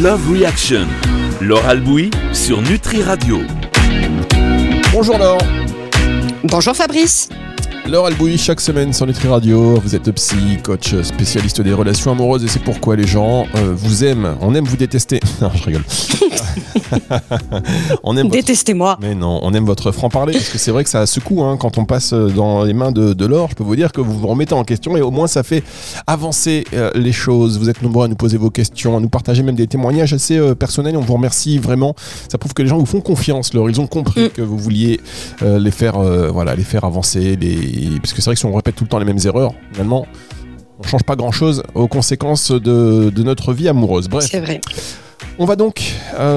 Love Reaction. Laure Albouy sur Nutri Radio. Bonjour Laure. Bonjour Fabrice. Laure Albouy, chaque semaine sur Nutri Radio, vous êtes psy, coach, spécialiste des relations amoureuses et c'est pourquoi les gens vous aiment. On aime vous détester. Non, je rigole. Détestez-moi. Mais non, on aime votre franc-parler parce que c'est vrai que ça secoue quand on passe dans les mains de Laure. Je peux vous dire que vous vous remettez en question et au moins ça fait avancer les choses. Vous êtes nombreux à nous poser vos questions, à nous partager même des témoignages assez personnels et on vous remercie vraiment. Ça prouve que les gens vous font confiance, Laure. Ils ont compris que vous vouliez les faire avancer, parce que c'est vrai que si on répète tout le temps les mêmes erreurs, finalement, on ne change pas grand-chose aux conséquences de notre vie amoureuse. Bref. C'est vrai. On va donc,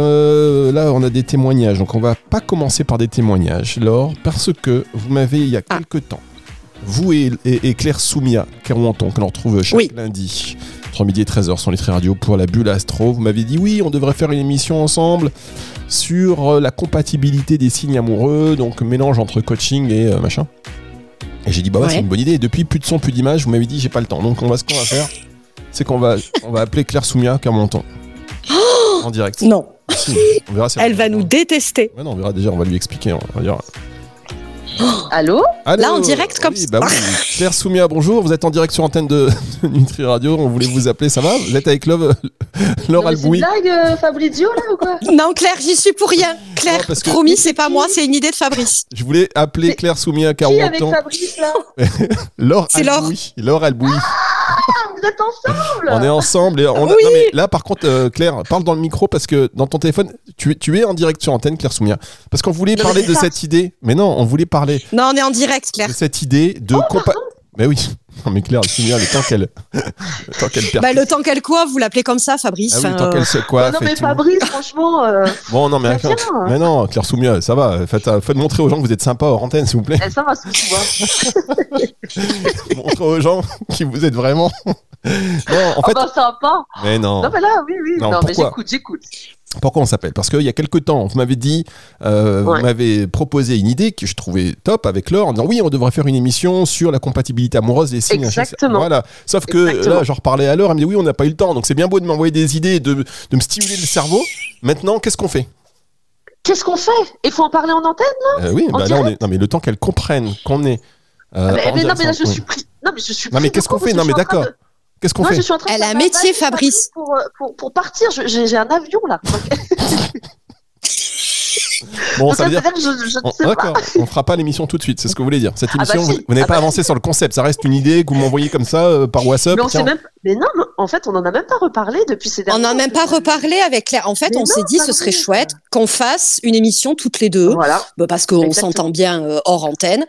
là on a des témoignages, donc on va pas commencer par des témoignages, Laure, parce que vous m'avez il y a quelques temps, vous et Claire Soumia Carouanton, que l'on retrouve chaque lundi, entre midi et 13h sur Nutri Radio pour la bulle astro, vous m'avez dit oui, on devrait faire une émission ensemble sur la compatibilité des signes amoureux, donc mélange entre coaching et machin. Et j'ai dit c'est une bonne idée, et depuis plus de son, plus d'image, vous m'avez dit j'ai pas le temps, donc ce qu'on va faire, c'est qu'on va appeler Claire Soumia Carouanton. En direct. Non. Si, on verra si elle va nous détester. Ouais, non, on verra déjà, on va lui expliquer. On va dire... Allô ? Là en direct comme ça. Oui. Claire Soumia, bonjour, vous êtes en direct sur antenne de Nutri Radio, on voulait vous appeler, ça va ? Vous êtes avec Laure Albouy. C'est une blague, Fabrizio, là, ou quoi ? Non, Claire, j'y suis pour rien. Claire, promis, c'est pas moi, c'est une idée de Fabrice. Je voulais appeler Claire Soumia Carouanton. Qui avec Fabrice, là ? Laure C'est Albouy. Laure Albouy. Vous êtes ensemble ? On est ensemble. Et non, mais là, par contre, Claire, parle dans le micro parce que dans ton téléphone, tu es en direct sur antenne, Claire Soumia. Parce qu'on voulait parler de cette idée. Mais non, on voulait parler. Non, on est en direct, Claire. De cette idée de Mais oui. Non, mais Claire, Soumia, le temps qu'elle perd. Le temps qu'elle coiffe, vous l'appelez comme ça, Fabrice. Ah oui, le temps qu'elle se coiffe. Non, mais Fabrice, franchement. Bon, non, mais non, Claire Soumia, ça va. Faites montrer aux gens que vous êtes sympa hors antenne, s'il vous plaît. Ça va, c'est tout. Montrez aux gens qui vous êtes vraiment. Non, en fait. Sympa. Mais non. Non, mais là, oui. Non, mais j'écoute. Pourquoi on s'appelle ? Parce qu'il y a quelques temps, vous m'avez dit, vous m'avez proposé une idée que je trouvais top avec Laure en disant oui, on devrait faire une émission sur la compatibilité amoureuse des signes. Exactement. Voilà. Sauf que là, j'en reparlais à Laure, elle me dit oui, on n'a pas eu le temps. Donc c'est bien beau de m'envoyer des idées, de me stimuler le cerveau. Maintenant, qu'est-ce qu'on fait ? Il faut en parler en antenne, là ? Oui, là, non, mais le temps qu'elle comprenne qu'on est. Mais là, je suis pris. Non, mais je suis pris. Non, mais qu'est-ce qu'on fait ? Non, mais d'accord. Qu'est-ce qu'on fait ? Je suis en train Elle a un métier, Fabrice. Pour partir, j'ai un avion là. Bon, ça veut dire. Je ne sais d'accord, pas. on fera pas l'émission tout de suite, c'est ce que vous voulez dire. Cette émission, si. vous n'avez pas avancé sur le concept, ça reste une idée que vous m'envoyez comme ça par WhatsApp. Mais non, en fait, on n'en a même pas reparlé depuis ces derniers temps. On n'en a même pas reparlé avec Claire. En fait, on s'est dit ce serait chouette qu'on fasse une émission toutes les deux, parce qu'on s'entend bien hors antenne,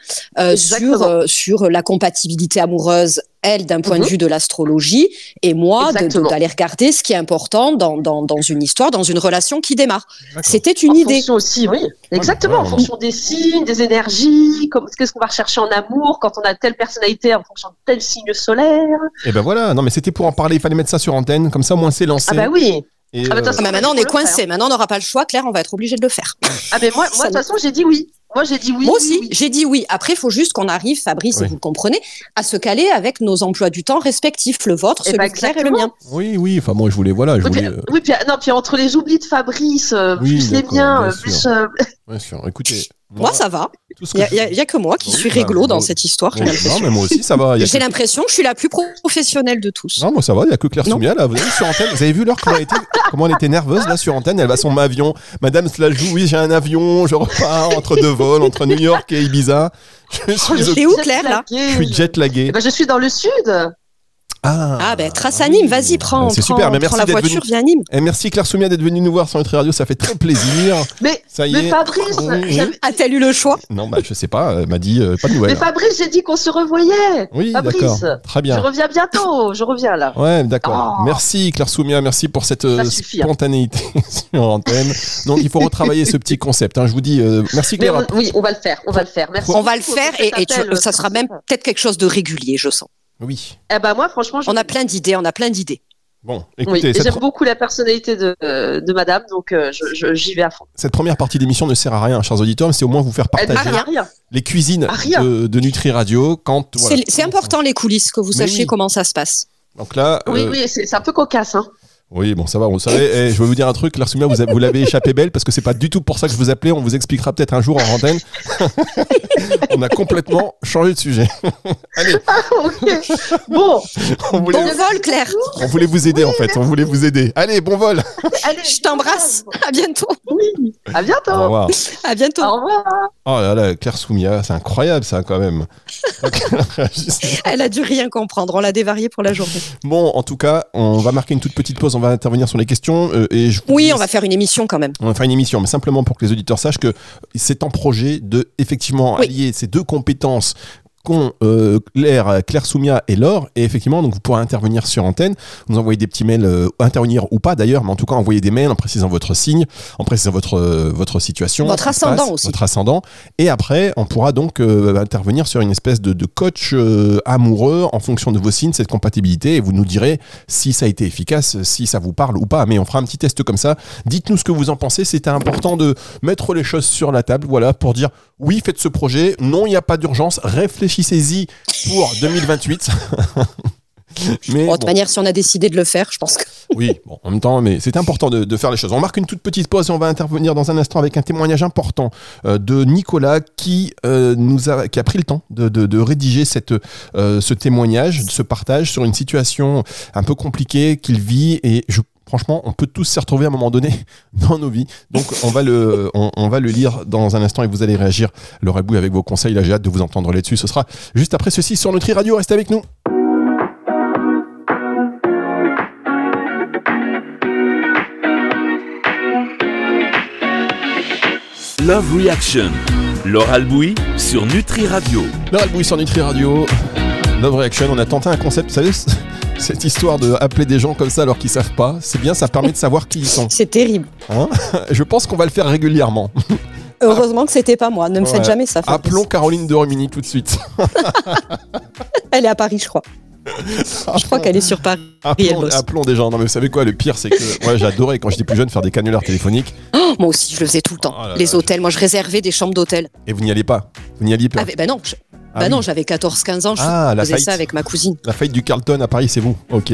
sur la compatibilité amoureuse. Elle, d'un point de vue de l'astrologie, et moi, d'aller regarder ce qui est important dans une histoire, dans une relation qui démarre. D'accord. C'était une idée. En fonction aussi, oui. Exactement, en fonction des signes, des énergies, qu'est-ce qu'on va rechercher en amour, quand on a telle personnalité en fonction de tel signe solaire. Et ben voilà, non mais c'était pour en parler, il fallait mettre ça sur antenne, comme ça au moins c'est lancé. Ah bah oui. Maintenant on est coincé, maintenant on n'aura pas le choix, Claire, on va être obligé de le faire. Ah mais moi de toute façon j'ai dit oui. Moi aussi, j'ai dit oui. Après, il faut juste qu'on arrive, Fabrice, et vous le comprenez, à se caler avec nos emplois du temps respectifs, le vôtre, celui de Claire et le mien. Oui, enfin moi je voulais, puis entre les oublis de Fabrice, plus les miens, plus... Bien sûr, écoutez... Moi, ça va. Il y a que moi qui suis réglo dans cette histoire. Non, mais moi aussi, ça va. J'ai l'impression que je suis la plus professionnelle de tous. Non, moi ça va, il n'y a que Claire Soumia, là. Vous avez vu sur antenne, vous avez vu Laure comment elle était nerveuse, là, sur antenne. Elle va sur mon avion. Madame se la joue, oui, j'ai un avion, je repars entre deux vols, entre New York et Ibiza. C'est où, Claire, là ? Je suis jet-lagué. Je suis dans le sud. Trace à Nîmes, vas-y, prends la voiture, viens à Nîmes. Et merci Claire Soumia d'être venue nous voir sur Nutri Radio, ça fait très plaisir. Mais Fabrice, a-t-elle eu le choix ? Non, je sais pas, elle m'a dit pas de nouvelles. Mais Fabrice, j'ai dit qu'on se revoyait. Oui, Fabrice, d'accord, très bien. Je reviens bientôt, je reviens là. Ouais, d'accord. Merci Claire Soumia, merci pour cette spontanéité sur antenne. Donc il faut retravailler ce petit concept. Je vous dis merci Claire. Oui, on va le faire. Merci. On va le faire et ça sera même peut-être quelque chose de régulier, je sens. Oui. Moi, franchement, on a plein d'idées. Bon, écoutez, j'aime beaucoup la personnalité de madame, donc j'y vais à fond. Cette première partie d'émission ne sert à rien, chers auditeurs, mais c'est au moins vous faire partager les cuisines de Nutri Radio. C'est important les coulisses, que vous sachiez comment ça se passe. Donc là, oui, c'est un peu cocasse. Oui, bon, ça va, vous savez, je vais vous dire un truc, Claire Soumia, vous l'avez échappé belle, parce que c'est pas du tout pour ça que je vous appelais, on vous expliquera peut-être un jour en antenne. On a complètement changé de sujet. Allez. Ok. Bon vol, Claire. On voulait vous aider, en fait, on voulait vous aider. Allez, bon vol. Allez, je t'embrasse, à bientôt. Oui, à bientôt. Au revoir. À bientôt. Au revoir. Oh là là, Claire Soumia, c'est incroyable ça, quand même. Elle a dû rien comprendre, on l'a dévariée pour la journée. Bon, en tout cas, on va marquer une toute petite pause, on va intervenir sur les questions. On va faire une émission quand même. On va faire une émission, mais simplement pour que les auditeurs sachent que c'est en projet de, effectivement, allier ces deux compétences qu'ont Claire Soumia et Laure, et effectivement donc vous pourrez intervenir sur antenne, nous envoyer des petits mails, intervenir ou pas d'ailleurs, mais en tout cas envoyer des mails en précisant votre signe, en précisant votre situation, votre ascendant aussi, votre ascendant, et après on pourra donc intervenir sur une espèce de coach amoureux en fonction de vos signes, cette compatibilité, et vous nous direz si ça a été efficace, si ça vous parle ou pas, mais on fera un petit test comme ça. Dites-nous ce que vous en pensez, c'était important de mettre les choses sur la table, voilà, pour dire oui, faites ce projet, non, il n'y a pas d'urgence, réfléchissez-y pour 2028. Mais de toute manière, si on a décidé de le faire, je pense que... Oui, bon, en même temps, mais c'est important de faire les choses. On marque une toute petite pause et on va intervenir dans un instant avec un témoignage important de Nicolas qui a pris le temps de rédiger ce témoignage, ce partage sur une situation un peu compliquée qu'il vit, et franchement, on peut tous s'y retrouver à un moment donné dans nos vies. Donc, on va le lire dans un instant et vous allez réagir, Laure Albouy, avec vos conseils. Là, j'ai hâte de vous entendre là-dessus. Ce sera juste après ceci sur Nutri Radio. Restez avec nous. Love Reaction. Laure Albouy sur Nutri Radio. Laure Albouy sur Nutri Radio. Love Reaction. On a tenté un concept, vous savez, cette histoire de appeler des gens comme ça alors qu'ils savent pas, c'est bien, ça permet de savoir qui ils sont. C'est terrible. Hein, je pense qu'on va le faire régulièrement. Heureusement que c'était pas moi, ne me faites jamais ça. Appelons Caroline de Rumini tout de suite. Elle est à Paris, je crois. Je crois qu'elle est sur Paris. Appelons des gens. Non, mais vous savez quoi, le pire, c'est que moi, j'adorais quand j'étais plus jeune faire des canulars téléphoniques. Oh, moi aussi, je le faisais tout le temps. Les hôtels, moi, je réservais des chambres d'hôtel. Et vous n'y alliez pas? Vous n'y alliez pas? Non. Non, j'avais 14-15 ans, je faisais ça avec ma cousine. La faillite du Carlton à Paris, c'est vous. Ok.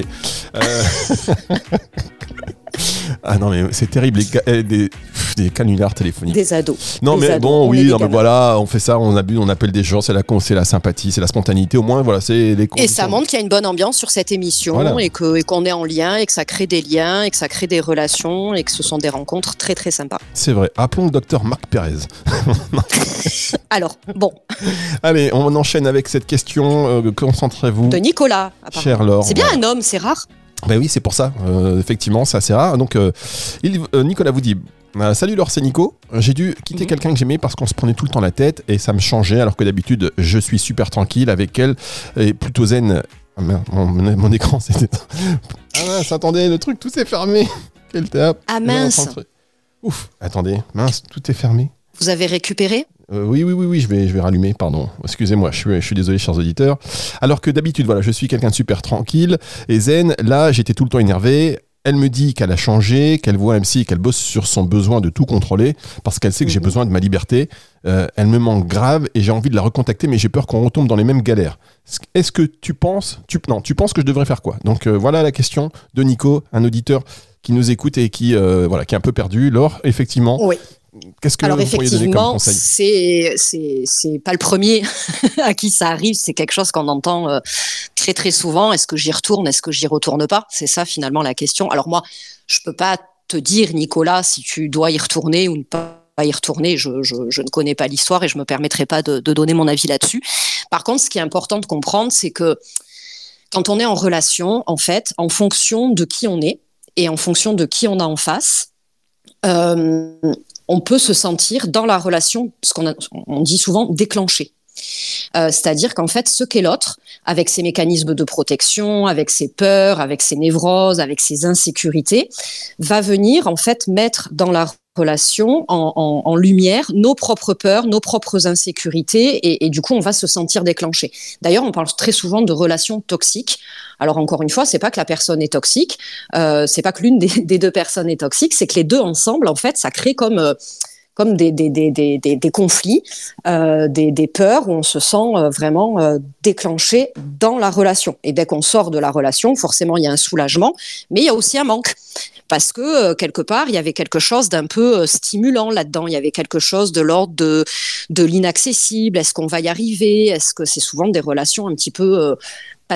Ah non, mais c'est terrible, des canulars téléphoniques. Des ados. Non, mais bon, oui, non, mais voilà, on fait ça, on abuse, on appelle des gens, c'est la sympathie, c'est la spontanéité, au moins, voilà, c'est les conditions. Et ça montre qu'il y a une bonne ambiance sur cette émission, voilà. et qu'on est en lien, et que ça crée des liens, et que ça crée des relations, et que ce sont des rencontres très très sympas. C'est vrai. Appelons le docteur Marc Pérez. Alors, bon. Allez, on enchaîne avec cette question. Concentrez-vous. De Nicolas, apparemment. Cher Laure. C'est bien un homme, c'est rare. Ben oui, c'est pour ça. Effectivement, c'est assez rare. Donc, Nicolas vous dit salut Laure, c'est Nico. J'ai dû quitter quelqu'un que j'aimais parce qu'on se prenait tout le temps la tête et ça me changeait, alors que d'habitude, je suis super tranquille avec elle et plutôt zen. Ah merde, mon écran c'était. Ah mince, attendez, le truc, tout s'est fermé. Quel théâtre. Ah mince. Ouf, attendez, mince, tout est fermé. Vous avez récupéré ? Oui, je vais rallumer, pardon. Excusez-moi, je suis désolé, chers auditeurs. Alors que d'habitude, voilà, je suis quelqu'un de super tranquille et zen. Là, j'étais tout le temps énervé. Elle me dit qu'elle a changé, qu'elle voit MC et qu'elle bosse sur son besoin de tout contrôler parce qu'elle sait que j'ai besoin de ma liberté. Elle me manque grave et j'ai envie de la recontacter, mais j'ai peur qu'on retombe dans les mêmes galères. Est-ce que tu penses que je devrais faire quoi ? Donc voilà la question de Nico, un auditeur qui nous écoute et qui est un peu perdu. Laure, effectivement. Oui. Qu'est-ce que vous pourriez donner comme conseil ? C'est pas le premier à qui ça arrive, c'est quelque chose qu'on entend très très souvent. Est-ce que j'y retourne ? Est-ce que j'y retourne pas ? C'est ça finalement la question. Alors moi, je peux pas te dire, Nicolas, si tu dois y retourner ou ne pas y retourner. Je ne connais pas l'histoire et je me permettrai pas de donner mon avis là-dessus. Par contre, ce qui est important de comprendre, c'est que quand on est en relation, en fait, en fonction de qui on est et en fonction de qui on a en face, on peut se sentir dans la relation, ce on dit souvent, déclenché. C'est-à-dire qu'en fait, ce qu'est l'autre, avec ses mécanismes de protection, avec ses peurs, avec ses névroses, avec ses insécurités, va venir en fait mettre dans la relation en lumière nos propres peurs, nos propres insécurités et du coup on va se sentir déclenché. D'ailleurs on parle très souvent de relations toxiques. Alors encore une fois, c'est pas que la personne est toxique, c'est pas que l'une des deux personnes est toxique, c'est que les deux ensemble en fait ça crée comme comme des conflits, des peurs où on se sent vraiment déclenché dans la relation. Et dès qu'on sort de la relation, forcément, il y a un soulagement, mais il y a aussi un manque. Parce que, quelque part, il y avait quelque chose d'un peu stimulant là-dedans. Il y avait quelque chose de l'ordre de l'inaccessible. Est-ce qu'on va y arriver ? Est-ce que c'est souvent des relations un petit peu passionnelles ?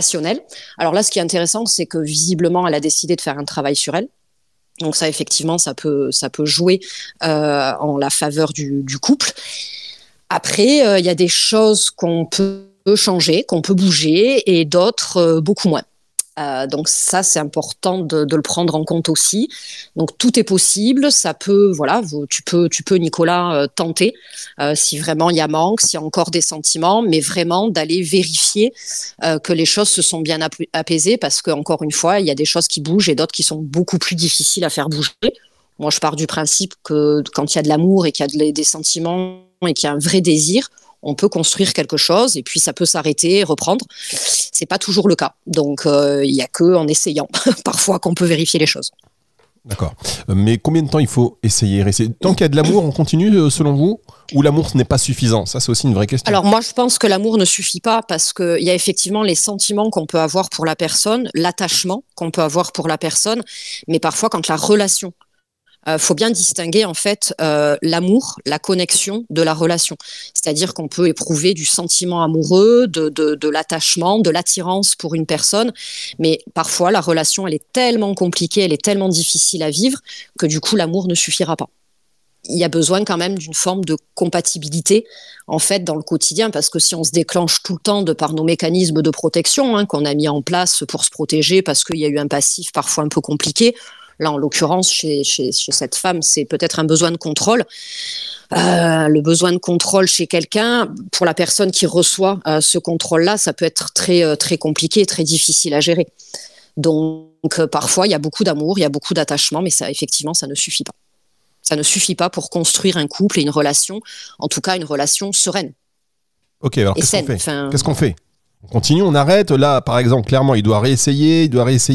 Alors là, ce qui est intéressant, c'est que visiblement, elle a décidé de faire un travail sur elle. Donc ça, effectivement, ça peut jouer en la faveur du couple. Après, il y a des choses qu'on peut changer, qu'on peut bouger, et d'autres beaucoup moins. Donc ça, c'est important de le prendre en compte aussi. Donc tout est possible. Ça peut, voilà, tu peux Nicolas, tenter si vraiment il y a manque, s'il y a encore des sentiments, mais vraiment d'aller vérifier que les choses se sont bien apaisées, parce que encore une fois, il y a des choses qui bougent et d'autres qui sont beaucoup plus difficiles à faire bouger. Moi, je pars du principe que quand il y a de l'amour et qu'il y a des sentiments et qu'il y a un vrai désir, on peut construire quelque chose et puis ça peut s'arrêter, reprendre. C'est pas toujours le cas. Donc, il y a que en essayant parfois qu'on peut vérifier les choses. D'accord. Mais combien de temps il faut essayer ? Tant qu'il y a de l'amour, on continue selon vous ? Ou l'amour, ce n'est pas suffisant ? Ça, c'est aussi une vraie question. Alors moi, je pense que l'amour ne suffit pas, parce qu'il y a effectivement les sentiments qu'on peut avoir pour la personne, l'attachement qu'on peut avoir pour la personne, mais parfois quand la relation, faut bien distinguer en fait l'amour, la connexion de la relation. C'est-à-dire qu'on peut éprouver du sentiment amoureux, de l'attachement, de l'attirance pour une personne, mais parfois la relation, elle est tellement compliquée, elle est tellement difficile à vivre que du coup l'amour ne suffira pas. Il y a besoin quand même d'une forme de compatibilité en fait dans le quotidien, parce que si on se déclenche tout le temps de par nos mécanismes de protection qu'on a mis en place pour se protéger parce qu'il y a eu un passif parfois un peu compliqué. Là, en l'occurrence, chez cette femme, c'est peut-être un besoin de contrôle. Le besoin de contrôle chez quelqu'un, pour la personne qui reçoit ce contrôle-là, ça peut être très, très compliqué, très difficile à gérer. Donc, parfois, il y a beaucoup d'amour, il y a beaucoup d'attachement, mais ça, effectivement, ça ne suffit pas. Ça ne suffit pas pour construire un couple et une relation, en tout cas une relation sereine. Ok, alors qu'est-ce qu'on fait ? On continue, on arrête ? Là, par exemple, clairement, il doit réessayer.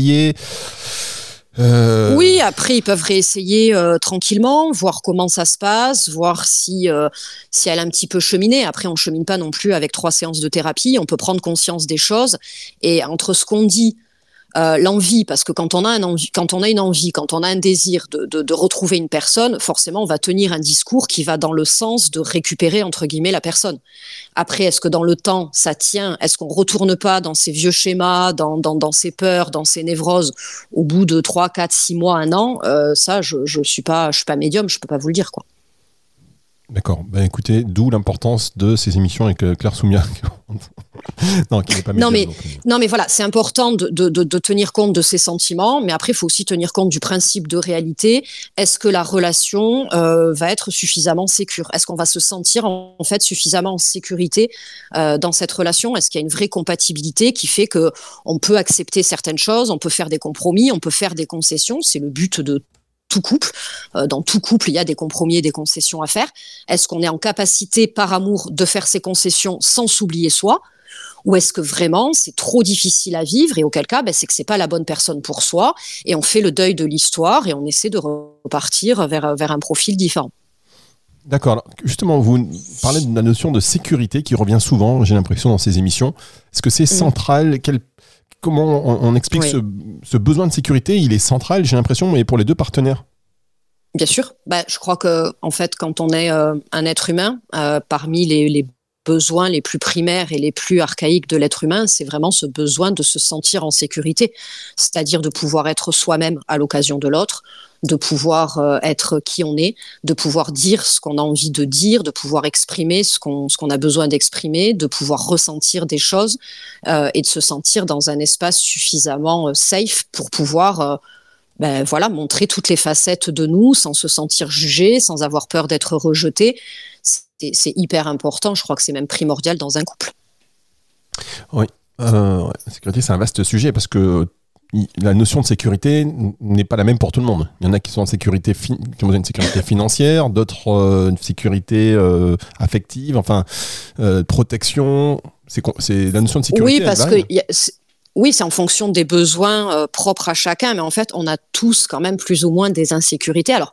Oui, après ils peuvent réessayer tranquillement, voir comment ça se passe, voir si elle a un petit peu cheminé. Après, on chemine pas non plus avec 3 séances de thérapie. On peut prendre conscience des choses, et entre ce qu'on dit, l'envie, parce que quand on a une envie, quand on a un désir de retrouver une personne, forcément on va tenir un discours qui va dans le sens de récupérer entre guillemets la personne. Après, est-ce que dans le temps ça tient ? Est-ce qu'on retourne pas dans ces vieux schémas, dans ces peurs, dans ces névroses au bout de 3, 4, 6 mois, 1 an ? Ça, je suis pas médium, je peux pas vous le dire, quoi. D'accord. Ben écoutez, d'où l'importance de ces émissions avec Claire Soumia. Non, qui n'est pas médium. Non, mais voilà, c'est important de tenir compte de ces sentiments, mais après, il faut aussi tenir compte du principe de réalité. Est-ce que la relation va être suffisamment sécure ? Est-ce qu'on va se sentir en fait suffisamment en sécurité dans cette relation ? Est-ce qu'il y a une vraie compatibilité qui fait que on peut accepter certaines choses, on peut faire des compromis, on peut faire des concessions ? C'est le but de tout couple. Dans tout couple, il y a des compromis et des concessions à faire. Est-ce qu'on est en capacité, par amour, de faire ces concessions sans s'oublier soi ? Ou est-ce que vraiment c'est trop difficile à vivre, et auquel cas c'est que c'est pas la bonne personne pour soi, et on fait le deuil de l'histoire et on essaie de repartir vers un profil différent. D'accord. Alors, justement, vous parlez de la notion de sécurité qui revient souvent, j'ai l'impression, dans ces émissions. Est-ce que c'est central ? Comment on explique ce besoin de sécurité ? Il est central, j'ai l'impression, mais pour les deux partenaires. Bien sûr. Je crois que en fait, quand on est un être humain, parmi les besoins les plus primaires et les plus archaïques de l'être humain, c'est vraiment ce besoin de se sentir en sécurité, c'est-à-dire de pouvoir être soi-même à l'occasion de l'autre, de pouvoir être qui on est, de pouvoir dire ce qu'on a envie de dire, de pouvoir exprimer ce qu'on a besoin d'exprimer, de pouvoir ressentir des choses et de se sentir dans un espace suffisamment safe pour pouvoir montrer toutes les facettes de nous sans se sentir jugé, sans avoir peur d'être rejeté. C'est hyper important, je crois que c'est même primordial dans un couple. Oui, la sécurité, c'est un vaste sujet parce que la notion de sécurité n'est pas la même pour tout le monde. Il y en a qui sont en sécurité, qui ont une sécurité financière, d'autres une sécurité affective, protection. C'est la notion de sécurité. Oui, parce que c'est en fonction des besoins propres à chacun, mais en fait, on a tous quand même plus ou moins des insécurités. Alors,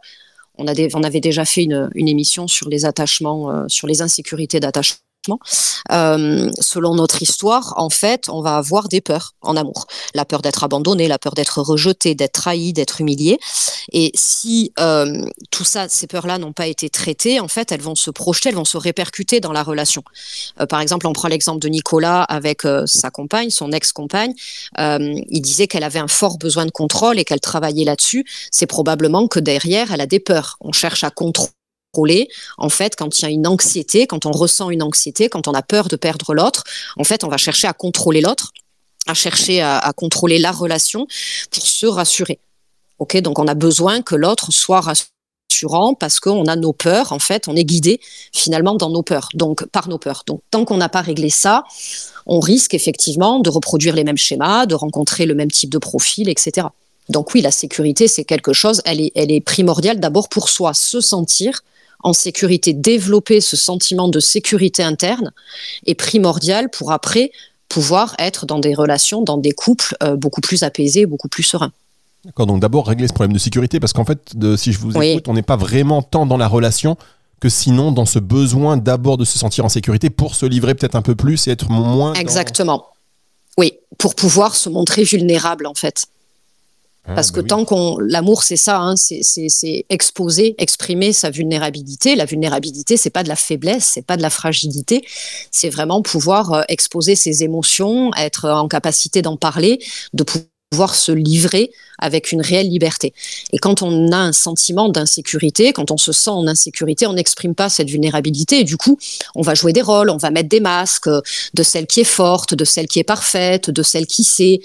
On avait déjà fait une émission sur les attachements, sur les insécurités d'attachement. Selon notre histoire, en fait, on va avoir des peurs en amour. La peur d'être abandonné, la peur d'être rejeté, d'être trahi, d'être humilié. Et si tout ça, ces peurs-là n'ont pas été traitées, en fait, elles vont se projeter, elles vont se répercuter dans la relation. Par exemple, on prend l'exemple de Nicolas avec sa compagne, son ex-compagne. Il disait qu'elle avait un fort besoin de contrôle et qu'elle travaillait là-dessus. C'est probablement que derrière, elle a des peurs. On cherche à contrôler. En fait, quand il y a une anxiété, quand on ressent une anxiété, quand on a peur de perdre l'autre, en fait, on va chercher à contrôler l'autre, à chercher à contrôler la relation pour se rassurer. Ok, donc on a besoin que l'autre soit rassurant parce qu'on a nos peurs. En fait, on est guidé finalement dans nos peurs, donc par nos peurs. Donc, tant qu'on n'a pas réglé ça, on risque effectivement de reproduire les mêmes schémas, de rencontrer le même type de profil, etc. Donc oui, la sécurité, c'est quelque chose. Elle est primordiale d'abord pour soi, se sentir en sécurité, développer ce sentiment de sécurité interne est primordial pour après pouvoir être dans des relations, dans des couples beaucoup plus apaisés, beaucoup plus sereins. D'accord, donc d'abord régler ce problème de sécurité, parce qu'en fait, si je vous écoute, on n'est pas vraiment tant dans la relation que sinon dans ce besoin d'abord de se sentir en sécurité pour se livrer peut-être un peu plus et être moins... Exactement. Oui, pour pouvoir se montrer vulnérable en fait. Parce que tant l'amour, c'est ça, hein, c'est exposer, exprimer sa vulnérabilité. La vulnérabilité, c'est pas de la faiblesse, c'est pas de la fragilité. C'est vraiment pouvoir exposer ses émotions, être en capacité d'en parler, de pouvoir se livrer avec une réelle liberté. Et quand on a un sentiment d'insécurité, quand on se sent en insécurité, on n'exprime pas cette vulnérabilité. Et du coup, on va jouer des rôles, on va mettre des masques de celle qui est forte, de celle qui est parfaite, de celle qui sait,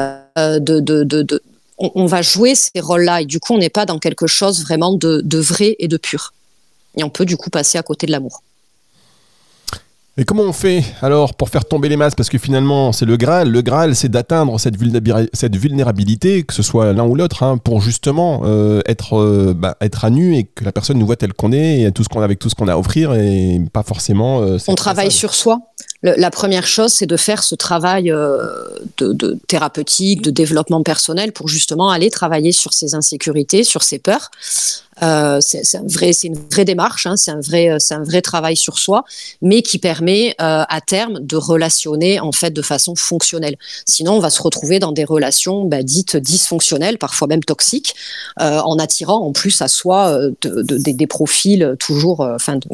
on va jouer ces rôles-là et du coup, on n'est pas dans quelque chose vraiment de vrai et de pur. Et on peut du coup passer à côté de l'amour. Et comment on fait alors pour faire tomber les masques ? Parce que finalement, c'est le Graal. Le Graal, c'est d'atteindre cette vulnérabilité, que ce soit l'un ou l'autre, hein, pour justement être à nu et que la personne nous voit tel qu'on est, et tout ce qu'on a avec tout ce qu'on a à offrir, et pas forcément... on travaille sur soi. La première chose, c'est de faire ce travail de thérapeutique, de développement personnel pour justement aller travailler sur ses insécurités, sur ses peurs. C'est une vraie démarche, hein, c'est un vrai travail sur soi, mais qui permet à terme de relationner en fait de façon fonctionnelle. Sinon, on va se retrouver dans des relations dites dysfonctionnelles, parfois même toxiques, en attirant en plus à soi des profils toujours,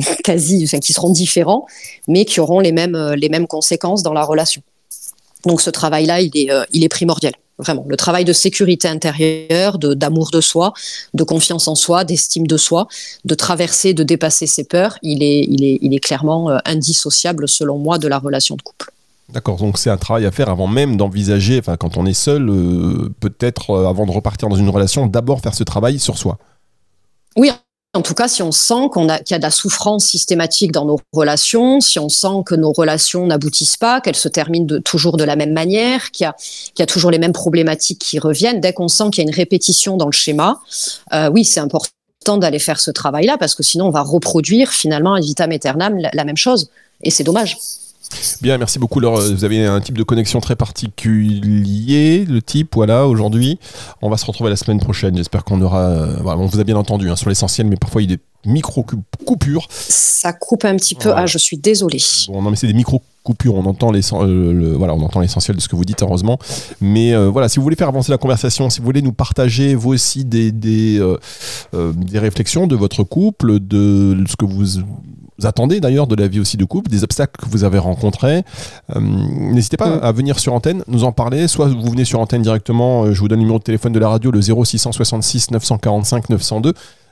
qui seront différents, mais qui auront les mêmes conséquences dans la relation. Donc ce travail-là, il est primordial. Vraiment, le travail de sécurité intérieure, d'amour de soi, de confiance en soi, d'estime de soi, de traverser, de dépasser ses peurs, il est clairement indissociable, selon moi, de la relation de couple. D'accord, donc c'est un travail à faire avant même d'envisager, quand on est seul, peut-être avant de repartir dans une relation, d'abord faire ce travail sur soi. Oui. En tout cas, si on sent qu'il y a de la souffrance systématique dans nos relations, si on sent que nos relations n'aboutissent pas, qu'elles se terminent toujours de la même manière, qu'il y a toujours les mêmes problématiques qui reviennent, dès qu'on sent qu'il y a une répétition dans le schéma, oui, c'est important d'aller faire ce travail-là, parce que sinon on va reproduire finalement ad vitam aeternam la même chose, et c'est dommage. Bien, merci beaucoup Laure. Vous avez un type de connexion très particulier, le type, voilà, aujourd'hui. On va se retrouver la semaine prochaine. J'espère qu'on aura... on vous a bien entendu sur l'essentiel, mais parfois il y a des micro-coupures. Ça coupe un petit peu. Voilà. Ah, je suis désolée. Bon, non, mais c'est des micro-coupures. On entend on entend l'essentiel de ce que vous dites, heureusement. Mais si vous voulez faire avancer la conversation, si vous voulez nous partager, vous aussi, des réflexions de votre couple, de ce que vous attendez d'ailleurs de la vie aussi de couple, des obstacles que vous avez rencontrés. N'hésitez pas à venir sur antenne, nous en parler. Soit vous venez sur antenne directement, je vous donne le numéro de téléphone de la radio, le 0666 945 902.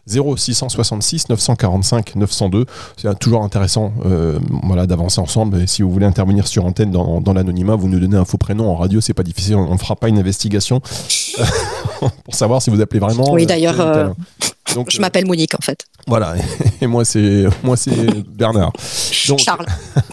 0666 945 902. C'est toujours intéressant d'avancer ensemble. Et si vous voulez intervenir sur antenne dans l'anonymat, vous nous donnez un faux prénom en radio, c'est pas difficile, on ne fera pas une investigation pour savoir si vous appelez vraiment. Oui, d'ailleurs, donc, je m'appelle Monique en fait. Voilà, et moi c'est Bernard. Donc, Charles.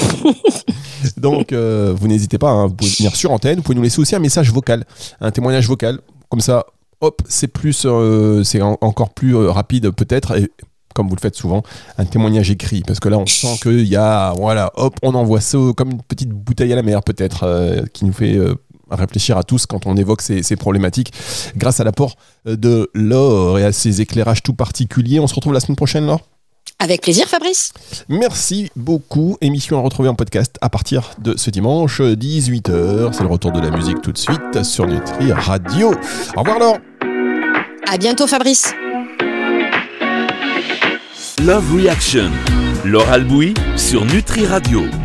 Donc vous n'hésitez pas, vous pouvez venir sur antenne, vous pouvez nous laisser aussi un message vocal, un témoignage vocal, comme ça. Hop, c'est encore plus rapide peut-être, et comme vous le faites souvent, un témoignage écrit, parce que là on sent qu'il y a, on envoie ça comme une petite bouteille à la mer peut-être, qui nous fait réfléchir à tous quand on évoque ces problématiques grâce à l'apport de Laure et à ses éclairages tout particuliers. On se retrouve la semaine prochaine, Laure. Avec plaisir, Fabrice. Merci beaucoup. Émission à retrouver en podcast à partir de ce dimanche 18h. C'est le retour de la musique tout de suite sur Nutri Radio. Au revoir, Laure. À bientôt, Fabrice. Love Reaction, Laure Albouy sur Nutri Radio.